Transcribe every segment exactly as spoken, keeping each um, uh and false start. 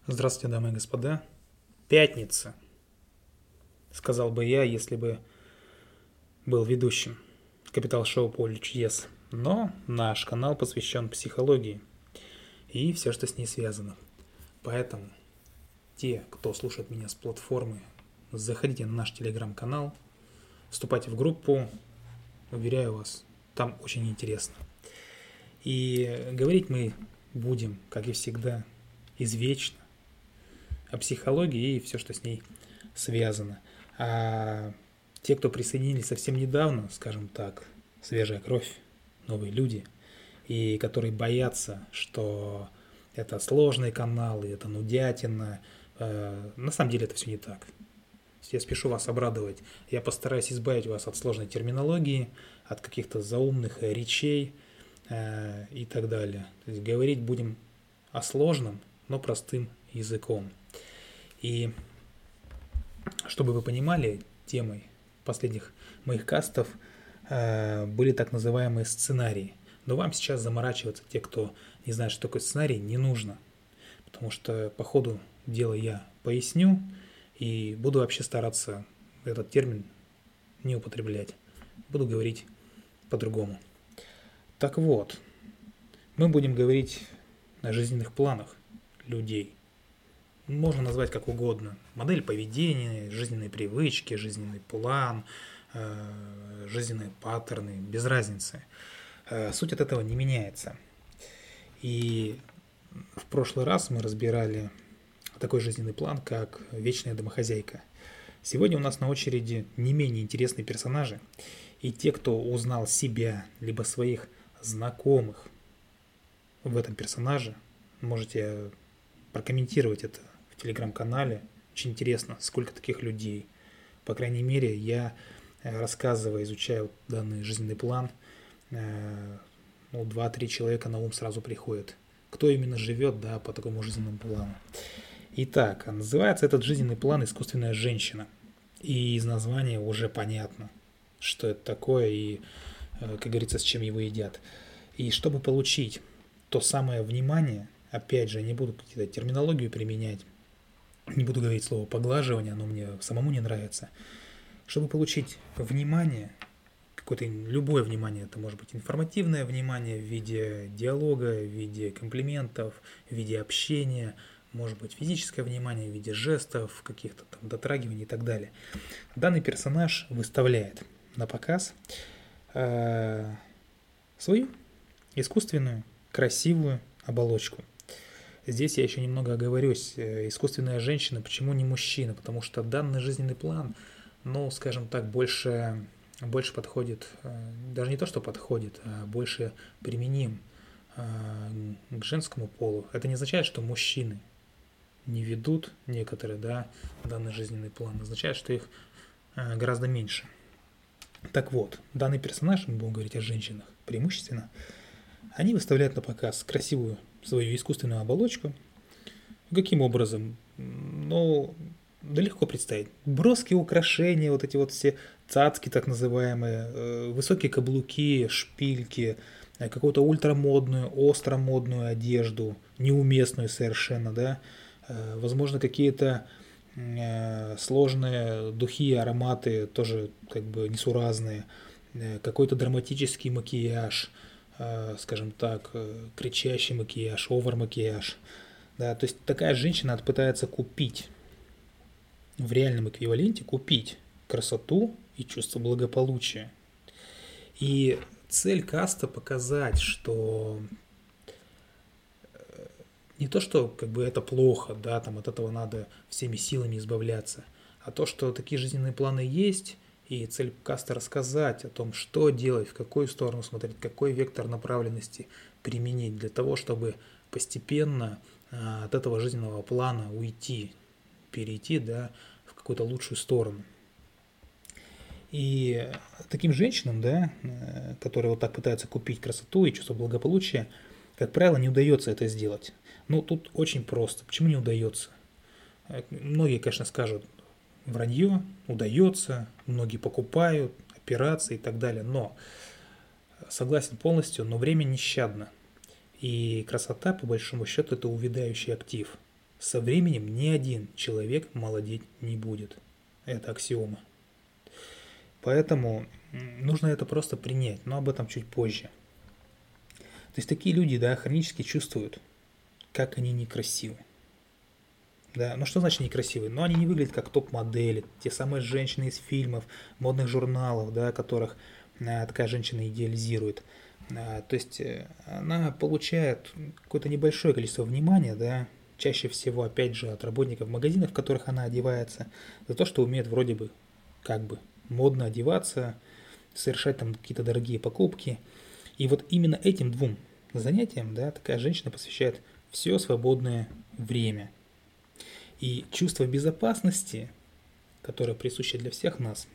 Здравствуйте, дамы и господа. Пятница, сказал бы я, если бы был ведущим Капитал-шоу «Поле чудес». Но наш канал посвящен психологии и все, что с ней связано. Поэтому те, кто слушает меня с платформы, заходите на наш телеграм-канал, вступайте в группу, уверяю вас, там очень интересно. И говорить мы будем, как и всегда, извечно о психологии и все, что с ней связано. А те, кто присоединились совсем недавно, скажем так, свежая кровь, новые люди, и которые боятся, что это сложный канал, и это нудятина, э, на самом деле это все не так. Я спешу вас обрадовать. Я постараюсь избавить вас от сложной терминологии, от каких-то заумных речей э, и так далее. То есть говорить будем о сложном, но простым языком. И чтобы вы понимали, темой последних моих кастов э, были так называемые сценарии. Но вам сейчас заморачиваться, те, кто не знает, что такое сценарий, не нужно. Потому что по ходу дела я поясню и буду вообще стараться этот термин не употреблять. Буду говорить по-другому. Так вот, мы будем говорить о жизненных планах людей. Можно назвать как угодно. Модель поведения, жизненные привычки, жизненный план, э, жизненные паттерны, без разницы. Э, суть от этого не меняется. И в прошлый раз мы разбирали такой жизненный план, как вечная домохозяйка. Сегодня у нас на очереди не менее интересные персонажи. И те, кто узнал себя, либо своих знакомых в этом персонаже, можете прокомментировать это в телеграм-канале. Очень интересно, сколько таких людей. По крайней мере, я, рассказывая, изучая данный жизненный план, ну, два-три человека на ум сразу приходят. Кто именно живет, да, по такому жизненному плану. Итак, называется этот жизненный план «Искусственная женщина». И из названия уже понятно, что это такое и, как говорится, с чем его едят. И чтобы получить то самое внимание, опять же, не буду какие-то терминологию применять, не буду говорить слово поглаживание, оно мне самому не нравится. Чтобы получить внимание, какое-то любое внимание, это может быть информативное внимание в виде диалога, в виде комплиментов, в виде общения, может быть физическое внимание в виде жестов, каких-то там дотрагиваний и так далее. Данный персонаж выставляет на показ э, свою искусственную, красивую оболочку. Здесь я еще немного оговорюсь. Искусственная женщина, почему не мужчина? Потому что данный жизненный план, ну, скажем так, больше, больше подходит, даже не то, что подходит, а больше применим к женскому полу. Это не означает, что мужчины не ведут некоторые, да, данный жизненный план. Означает, что их гораздо меньше. Так вот, данный персонаж, мы будем говорить о женщинах преимущественно, они выставляют на показ красивую свою искусственную оболочку. Каким образом? Ну, да легко представить. Броски, украшения, вот эти вот все цацки так называемые, высокие каблуки, шпильки, какую-то ультрамодную, остромодную одежду, неуместную совершенно, да, возможно, какие-то сложные духи, ароматы, тоже как бы несуразные, какой-то драматический макияж, скажем так, кричащий макияж, овер-макияж. Да, то есть такая женщина пытается купить, в реальном эквиваленте купить красоту и чувство благополучия. И цель каста показать, что не то, что как бы это плохо, да, там от этого надо всеми силами избавляться, а то, что такие жизненные планы есть, и цель каста рассказать о том, что делать, в какую сторону смотреть, какой вектор направленности применить для того, чтобы постепенно а, от этого жизненного плана уйти, перейти, да, в какую-то лучшую сторону. И таким женщинам, да, которые вот так пытаются купить красоту и чувство благополучия, как правило, не удается это сделать. Ну, тут очень просто. Почему не удается? Многие, конечно, скажут, вранье, удается, многие покупают, операции и так далее, но согласен полностью, но время нещадно. И красота, по большому счету, это увядающий актив. со временем ни один человек молодеть не будет. Это аксиома. Поэтому нужно это просто принять, но об этом чуть позже. То есть такие люди, да, хронически чувствуют, как они некрасивы. Да, ну что значит некрасивые? Ну они не выглядят как топ-модели, те самые женщины из фильмов, модных журналов, да, которых а, такая женщина идеализирует. А, то есть она получает какое-то небольшое количество внимания, да, чаще всего, опять же, от работников магазинов, в которых она одевается, за то, что умеет вроде бы, как бы, модно одеваться, совершать там какие-то дорогие покупки. И вот именно этим двум занятиям, да, такая женщина посвящает все свободное время. И чувство безопасности, которое присуще для всех нас,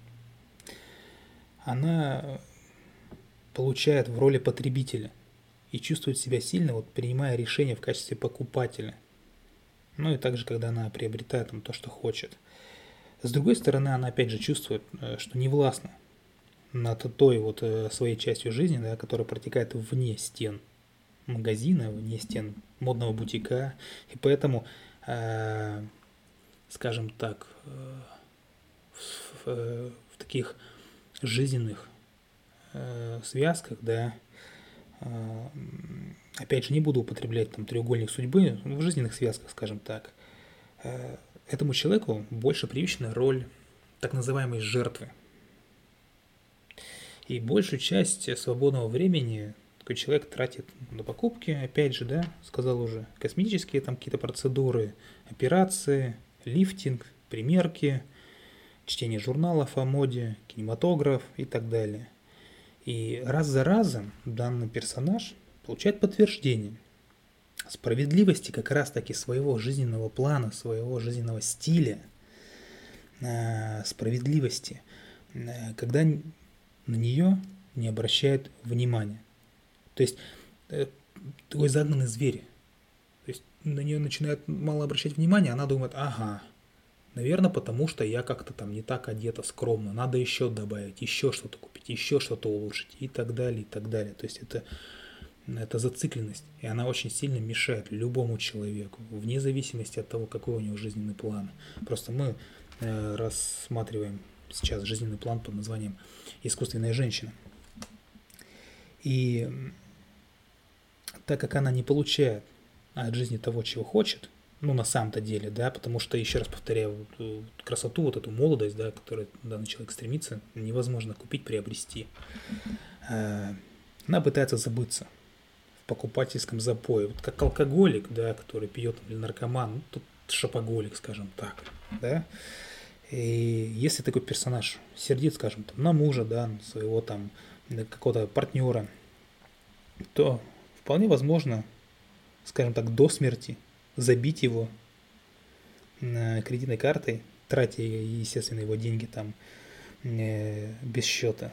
она получает в роли потребителя и чувствует себя сильно, вот, принимая решения в качестве покупателя. Ну и также, когда она приобретает там, то, что хочет. С другой стороны, она опять же чувствует, что не властна над той вот своей частью жизни, да, которая протекает вне стен магазина, вне стен модного бутика. И поэтому, э, скажем так, э, в, в, в таких жизненных э, связках, да, э, опять же, не буду употреблять там треугольник судьбы, в жизненных связках, скажем так, э, этому человеку больше привычна роль так называемой жертвы. И большую часть свободного времени такой человек тратит на покупки, опять же, да, сказал уже, косметические там какие-то процедуры, операции, лифтинг, примерки, чтение журналов о моде, кинематограф и так далее. И раз за разом данный персонаж получает подтверждение справедливости как раз-таки своего жизненного плана, своего жизненного стиля, справедливости, когда на нее не обращают внимания. То есть такой загнанный зверь. То есть на нее начинают мало обращать внимания, она думает, ага, наверное, потому что я как-то там не так одета скромно, надо еще добавить, еще что-то купить, еще что-то улучшить и так далее, и так далее. То есть это, это зацикленность, и она очень сильно мешает любому человеку, вне зависимости от того, какой у него жизненный план. Просто мы э, рассматриваем сейчас жизненный план под названием «Искусственная женщина». И так как она не получает от жизни того, чего хочет, ну, на самом-то деле, да, потому что, еще раз повторяю, вот, красоту, вот эту молодость, да, к которой данный человек стремится, невозможно купить, приобрести. Она пытается забыться в покупательском запое, вот как алкоголик, да, который пьет, или наркоман, ну, тут шопоголик, скажем так, да. И если такой персонаж сердит, скажем, там, на мужа, да, своего там какого-то партнера, то вполне возможно, скажем так, до смерти забить его кредитной картой, тратя, естественно, его деньги там э, без счета.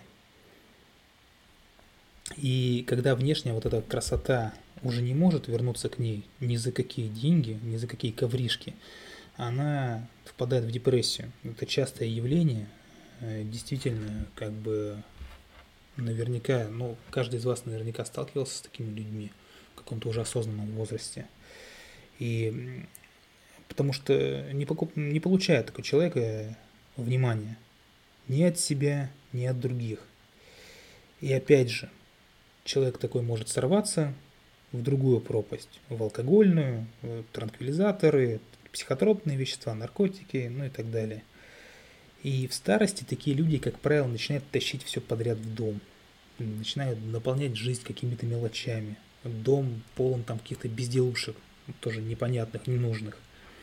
И когда внешняя вот эта красота уже не может вернуться к ней ни за какие деньги, ни за какие ковришки, она впадает в депрессию. Это частое явление, действительно, как бы наверняка, ну, каждый из вас наверняка сталкивался с такими людьми в каком-то уже осознанном возрасте. И потому что не, покуп, не получает такой человек внимания ни от себя, ни от других. И опять же, человек такой может сорваться в другую пропасть, в алкогольную, в транквилизаторы, психотропные вещества, наркотики, ну и так далее. И в старости такие люди, как правило, начинают тащить все подряд в дом, начинают наполнять жизнь какими-то мелочами. Дом полон там каких-то безделушек, тоже непонятных, ненужных.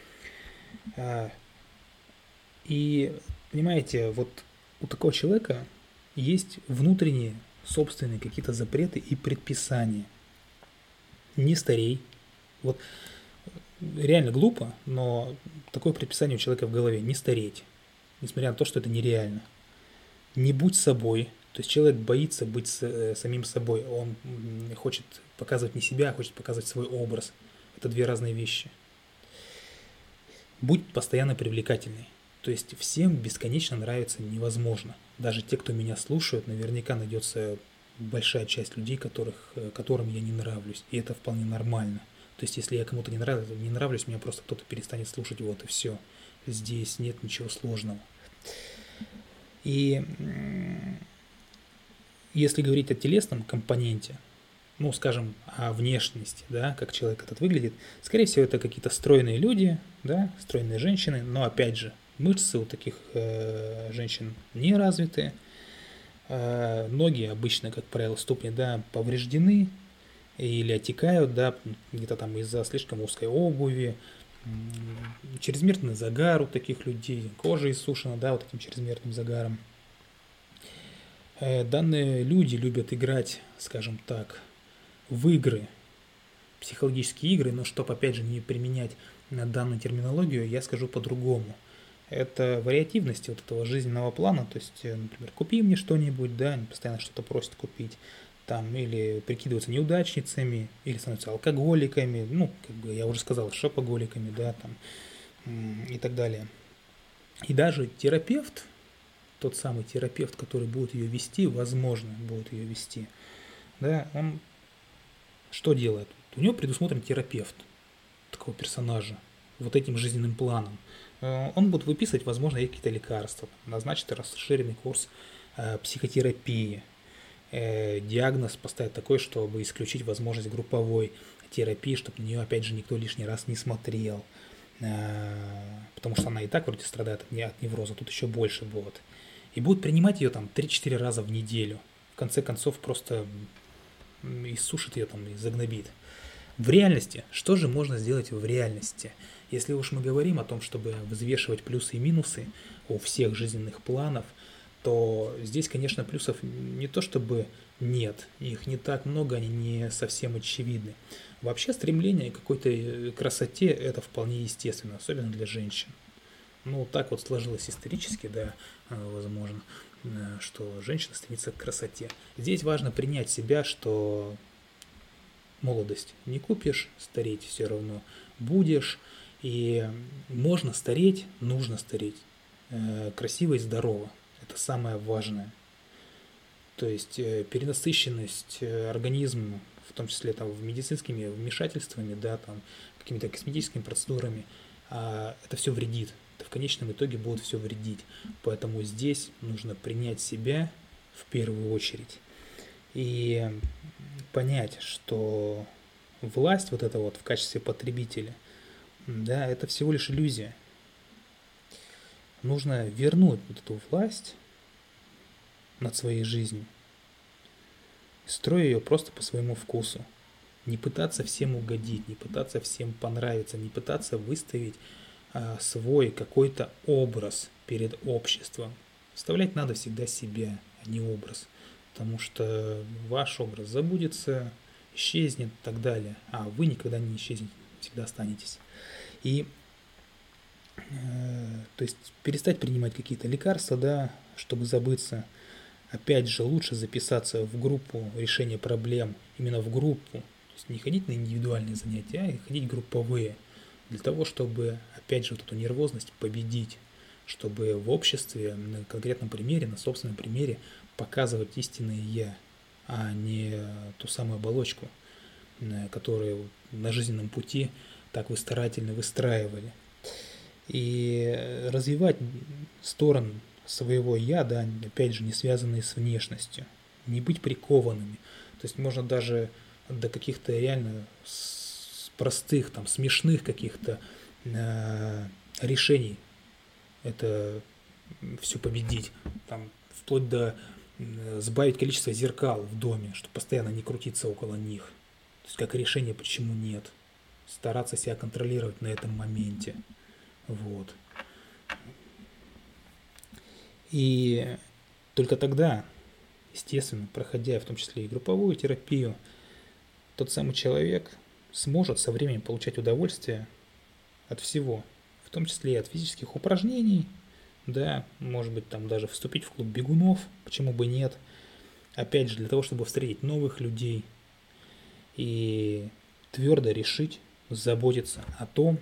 И, понимаете, вот у такого человека есть внутренние собственные какие-то запреты и предписания. Не старей. Вот реально глупо, но такое предписание у человека в голове: не стареть, несмотря на то, что это нереально. Не будь собой. То есть человек боится быть с, самим собой. Он хочет показывать не себя, а хочет показывать свой образ. Это две разные вещи. Будь постоянно привлекательный. То есть всем бесконечно нравится невозможно. Даже те, кто меня слушают, наверняка найдется большая часть людей, которых, которым я не нравлюсь. И это вполне нормально. То есть, если я кому-то не нравлюсь, не нравлюсь, меня просто кто-то перестанет слушать, вот и все. Здесь нет ничего сложного. И если говорить о телесном компоненте, ну, скажем, о внешности, да, как человек этот выглядит, скорее всего, это какие-то стройные люди, да, стройные женщины, но, опять же, мышцы у таких э, женщин не развиты, э, ноги обычно, как правило, ступни, да, повреждены или отекают, да, где-то там из-за слишком узкой обуви, чрезмерный загар у таких людей, кожа иссушена, да, вот этим чрезмерным загаром. Э, данные люди любят играть, скажем так, в игры, психологические игры, но чтобы, опять же, не применять на данную терминологию, я скажу по-другому. Это вариативность вот этого жизненного плана, то есть, например, купи мне что-нибудь, да, они постоянно что-то просят купить, там, или прикидываются неудачницами, или становятся алкоголиками, ну, как бы я уже сказал, шопоголиками, да, там, и так далее. И даже терапевт, тот самый терапевт, который будет ее вести, возможно, будет ее вести, да, он что делает? У него предусмотрен терапевт такого персонажа вот этим жизненным планом. Он будет выписывать, возможно, какие-то лекарства, назначит расширенный курс э, психотерапии, э, диагноз поставить такой, чтобы исключить возможность групповой терапии, чтобы на нее, опять же, никто лишний раз не смотрел, э, потому что она и так вроде страдает от, от невроза, тут еще больше будет. И будут принимать ее там три-четыре раза в неделю. В конце концов, просто иссушит ее там и загнобит. В реальности, что же можно сделать в реальности? Если уж мы говорим о том, чтобы взвешивать плюсы и минусы у всех жизненных планов, то здесь, конечно, плюсов не то чтобы нет, их не так много, они не совсем очевидны. Вообще стремление к какой-то красоте – это вполне естественно, особенно для женщин. Ну, так вот сложилось исторически, да, возможно, что женщина стремится к красоте. Здесь важно принять себя, что молодость не купишь, стареть все равно будешь, и можно стареть, нужно стареть э, красиво и здорово. Это самое важное. То есть э, перенасыщенность э, организма, в том числе там, медицинскими вмешательствами, да, там, какими-то косметическими процедурами, э, это все вредит. Это в конечном итоге будет все вредить. Поэтому здесь нужно принять себя в первую очередь и понять, что власть вот эта вот в качестве потребителя, да, это всего лишь иллюзия. Нужно вернуть вот эту власть над своей жизнью, строя ее просто по своему вкусу. Не пытаться всем угодить, не пытаться всем понравиться, не пытаться выставить а, свой какой-то образ перед обществом. Вставлять надо всегда себя, а не образ. Потому что ваш образ забудется, исчезнет и так далее. А вы никогда не исчезнете, всегда останетесь. И э, то есть перестать принимать какие-то лекарства, да, чтобы забыться. Опять же, лучше записаться в группу решения проблем, именно в группу. То есть не ходить на индивидуальные занятия, а ходить групповые. Для того, чтобы, опять же, вот эту нервозность победить. Чтобы в обществе, на конкретном примере, на собственном примере показывать истинное «я», а не ту самую оболочку, которую на жизненном пути так вы старательно выстраивали. И развивать стороны своего «я», да, опять же, не связанные с внешностью, не быть прикованными. То есть можно даже до каких-то реально простых, там, смешных каких-то э, решений это все победить, там, вплоть до э, сбавить количество зеркал в доме, чтобы постоянно не крутиться около них. То есть как решение, почему нет. Стараться себя контролировать на этом моменте. Вот. И только тогда, естественно, проходя в том числе и групповую терапию, тот самый человек сможет со временем получать удовольствие от всего, в том числе и от физических упражнений, да, может быть, там даже вступить в клуб бегунов, почему бы нет, опять же, для того, чтобы встретить новых людей и твердо решить заботиться о том,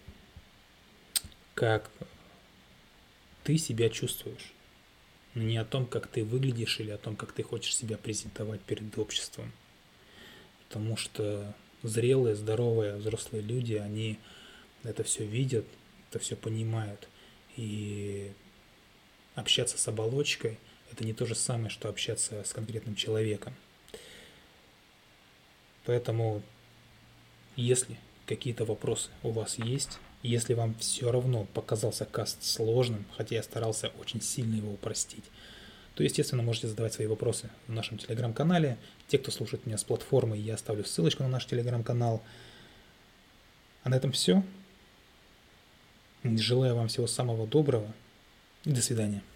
как ты себя чувствуешь, не о том, как ты выглядишь или о том, как ты хочешь себя презентовать перед обществом, потому что зрелые, здоровые, взрослые люди, они это все видят, это все понимают. И общаться с оболочкой – это не то же самое, что общаться с конкретным человеком. Поэтому, если какие-то вопросы у вас есть, если вам все равно показался каст сложным, хотя я старался очень сильно его упростить, то, естественно, можете задавать свои вопросы в нашем телеграм-канале. Те, кто слушает меня с платформы, я оставлю ссылочку на наш телеграм-канал. А на этом все. Желаю вам всего самого доброго и до свидания.